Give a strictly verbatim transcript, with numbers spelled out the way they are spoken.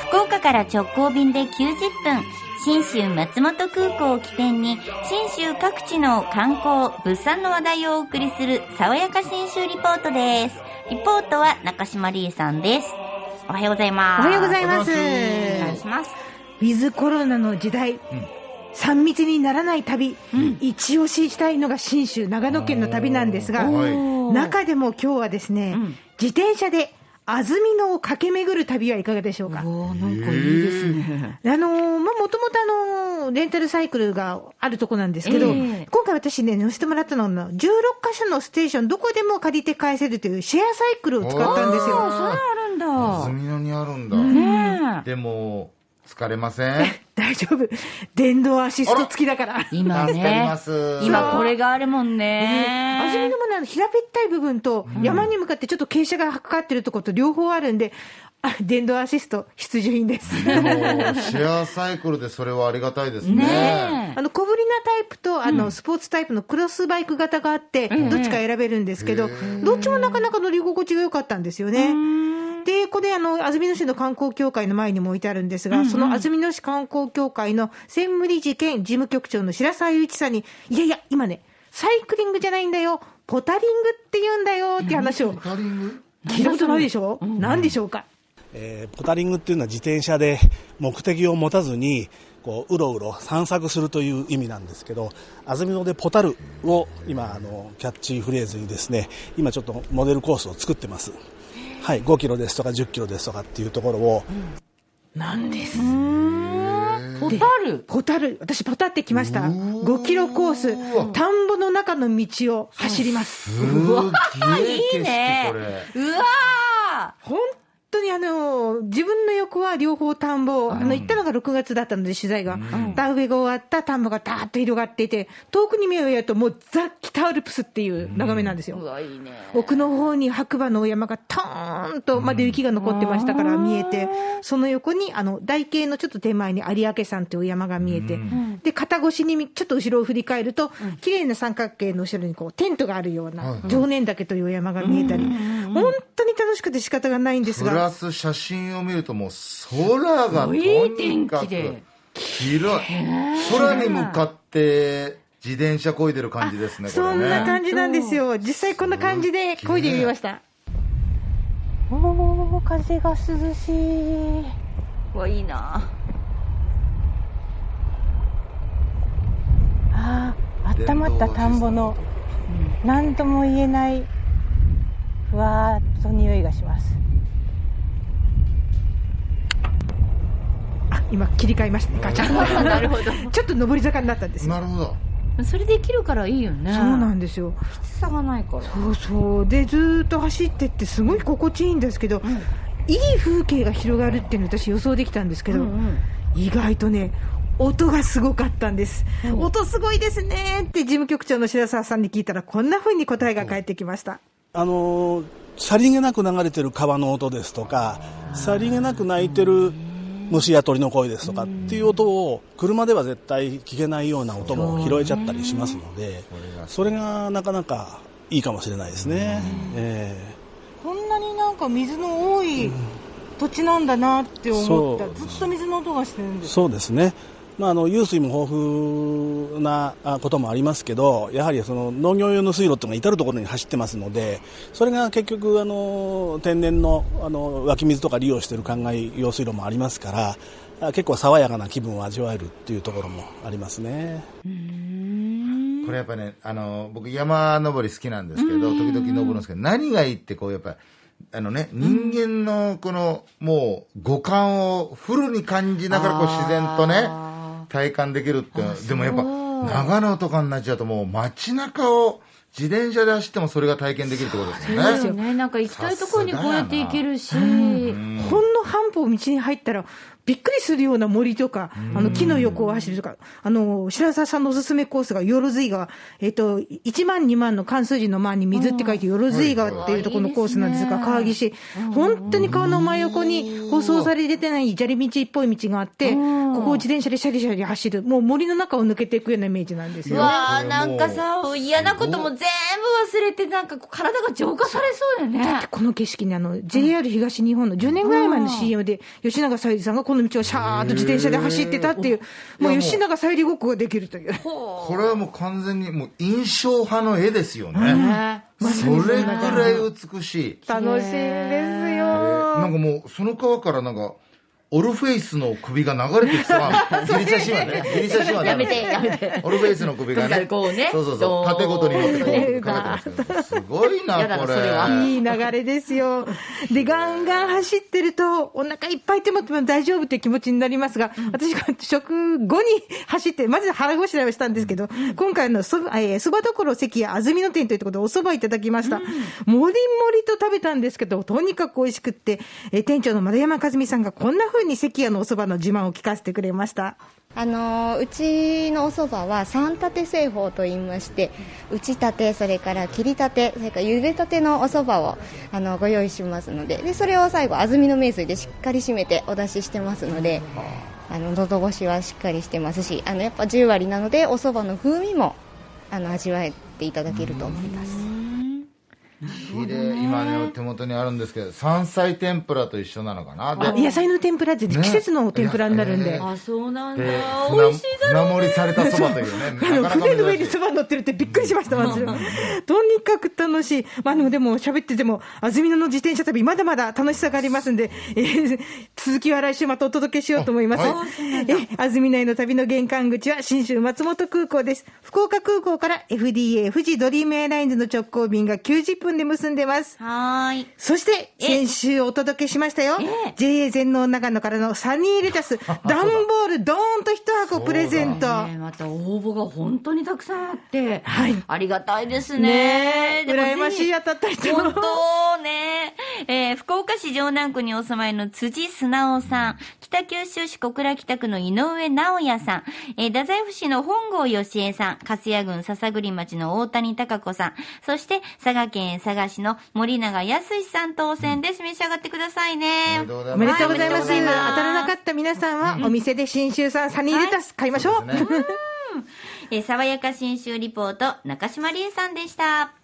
福岡から直行便できゅうじゅっぷん、信州松本空港を起点に信州各地の観光物産の話題をお送りする爽やか信州リポートです。リポートは中島理恵さんです。おはようございます。 おはようございます。お願いします。 ウィズコロナの時代、うん、さん密にならない旅、うん、一押ししたいのが信州長野県の旅なんですが、中でも今日はですね、うん、自転車で安曇野を駆け巡る旅はいかがでしょうか。 おー、なんかいいですね。 あのー、まあ、もともとあのー、レンタルサイクルがあるとこなんですけど、えー、今回私ね、乗せてもらったのが、じゅうろっかしょのステーション、どこでも借りて返せるというシェアサイクルを使ったんですよ。 あー、それあるんだ。 安曇野にあるんだ。 ねえ。 でも、疲れません？ 大丈夫。電動アシスト付きだから。 今ね。 助かります。 今これがあるもんね。 安曇野もね、平べったい部分と、山に向かってちょっと傾斜がかかってるところと両方あるんで、あ、電動アシスト必需品です。 でもシェアサイクルでそれはありがたいですね。 ねあの小ぶりなタイプとあの、うん、スポーツタイプのクロスバイク型があって、うん、どっちか選べるんですけど、どっちもなかなか乗り心地が良かったんですよね。で、これあの安曇野市の観光協会の前にも置いてあるんですが、うんうん、その安曇野市観光協会の専務理事兼事務局長の白沢雄一さんに、いやいや今ね、サイクリングじゃないんだよ、ポタリングって言うんだよって話を。 ポタリング？ 聞いたことないでしょ？うん、何でしょうか。 えー、ポタリングっていうのは自転車で目的を持たずにこううろうろ散策するという意味なんですけど、安曇野でポタルを今あのキャッチフレーズにですね、今ちょっとモデルコースを作ってます。はい、ごキロですとかじゅっキロですとかっていうところを、 うん、なんです。 ポタルポタル、私ポタってきました。ごキロコース、田んぼの中の道を走ります。 うわ、 いいね。うわー、 本当にあの自分の横は両方田んぼ、うん、あの行ったのがろくがつだったので取材が、うん、田植えが終わった田んぼがダーッと広がっていて、遠くに目をやるともうザ・北アルプスっていう眺めなんですよ、 うん、うわいいね。 奥の方に白馬のお山がトーンとまで雪が残ってましたから見えて、うん、その横にあの台形のちょっと手前に有明山というお山が見えて、うん、で肩越しにちょっと後ろを振り返ると、うん、綺麗な三角形の後ろにこうテントがあるような常念岳というお山が見えたり、うん、本当に楽しくて仕方がないんですが、 プラス写真を見るともう空がとにかく広い、空に向かって自転車漕いでる感じですね。これね、 そんな感じなんですよ。実際こんな感じで漕いでみました。おー、風が涼しい。 わ、いいなあ。あったまった田んぼの何とも言えないふわーっと匂いがします。あ、今切り替えましたね、ガチャン。 なるほど。 ちょっと上り坂になったんですよ。 なるほど。 それできるからいいよね。 そうなんですよ。 きつさがないから。 そうそう。でずーっと走ってってすごい心地いいんですけど、うん、いい風景が広がるっていうのを私予想できたんですけど、うんうん、意外とね音がすごかったんです、うん、音すごいですねって事務局長の白沢さんに聞いたら、こんな風に答えが返ってきました。 あのー、さりげなく流れてる川の音ですとか、さりげなく鳴いてる虫や鳥の声ですとかっていう音を車では絶対聞けないような音も拾えちゃったりしますので、それがなかなかいいかもしれないですね、えー、こんなになんか水の多い土地なんだなって思った。ずっと水の音がしてるんです。 そうですね。まあ、あの湧水も豊富なこともありますけど、やはりその農業用の水路っていうのが至る所に走ってますので、それが結局あの天然 の, あの湧き水とか利用している灌漑用水路もありますから、結構爽やかな気分を味わえるっていうところもありますね。 うーん、これやっぱね、あの僕山登り好きなんですけど、時々登るんですけど、何がいいってこうやっぱりあのね、人間のこのもう五感をフルに感じながらこう自然とね体感できるって。でもやっぱ長野とかになっちゃうともう街中を自転車で走ってもそれが体験できるってことですよね。 そうですよね。なんか行きたいところにこうやって行けるし、うん、 ほんの半歩道に入ったらびっくりするような森とか、あの木の横を走るとか、あの白澤さんのおすすめコースがよろずい川、えっと、いちまんにまんの漢数字の万に水って書いてよろずい川っていうところのコースなんですが、川岸、本当に川の真横に舗装されてない砂利道っぽい道があって、ここを自転車でシャリシャリ走る、もう森の中を抜けていくようなイメージなんですよね。 わあ、なんかさ、嫌なことも全部忘れて、なんか体が浄化されそうだよね。 だってこの景色にあの ジェイアール 東日本のじゅうねんぐらい前の シーエム で吉永小百合さんがこの道をシャーッと自転車で走ってたっていう、もう吉永小百合ごっこができるという。 これはもう完全にもう印象派の絵ですよね。それぐらい美しい。 楽しいですよ。 なんかもうその川からなんかオルフェイスの首が流れてきそう。ギリシャ神話ね。ギリシャ神話やめて、やめて。 オルフェイスの首がね。 こうね。 そうそうそう。縦ごとに乗ってこうかけてますけど。すごいな、これ。 いい流れですよ。で、ガンガン走ってると、お腹いっぱいって思っても大丈夫という気持ちになりますが、私が食後に走って、まず腹ごしらえをしたんですけど、今回のそば、えー、そばどころ関谷安曇野店というところでお蕎麦いただきました。もりもりと食べたんですけど、とにかく美味しくって、えー、店長の丸山和美さんがこんな風に関谷のお蕎麦の自慢を聞かせてくれました。 あのうちのお蕎麦は三立て製法といいまして、打ちたて、それから切りたて、それから茹でたてのお蕎麦をあのご用意しますので、でそれを最後安曇野名水でしっかり締めてお出ししてますので、あの喉越しはしっかりしてますし、あのやっぱじゅう割なのでお蕎麦の風味もあの味わえていただけると思います。 綺麗。今ね手元にあるんですけど、山菜天ぷらと一緒なのかな。 で野菜の天ぷらって季節の天ぷらになるんで、 あ、そうなんだ。 美味しいだろうね。船盛りされたそばというね。 あの船の上にそば乗ってるってびっくりしました。とにかく楽しい。まあでもでも喋ってても安曇野の自転車旅まだまだ楽しさがありますんで、えー、続きは来週またお届けしようと思います。はい、え安曇野への旅の玄関口は信州松本空港です。福岡空港から エフディーエー 富士ドリームエアラインズの直行便がきゅうじゅっぷんで結んでます。 はい。 そして、先週お届けしましたよ。ジェイエー 全農長野からのサニーレタス、段ボールドーンと一箱プレゼント。 ね、また応募が本当にたくさんあって、 はい。 ありがたいですね。 ねえ、羨ましい当たった人。 本当ね。えー、福岡市城南区にお住まいの辻素直さん、北九州市小倉北区の井上直也さん、えー、太宰府市の本郷義恵さん、粕谷郡篠栗町の大谷貴子さん、そして佐賀県佐賀市の森永康さん当選です。召し上がってくださいね。 おめでとうございます。当たらなかった皆さんは、お店で信州産サニーレタス買いましょう。 はい、えー、爽やか信州リポート、中島理恵さんでした。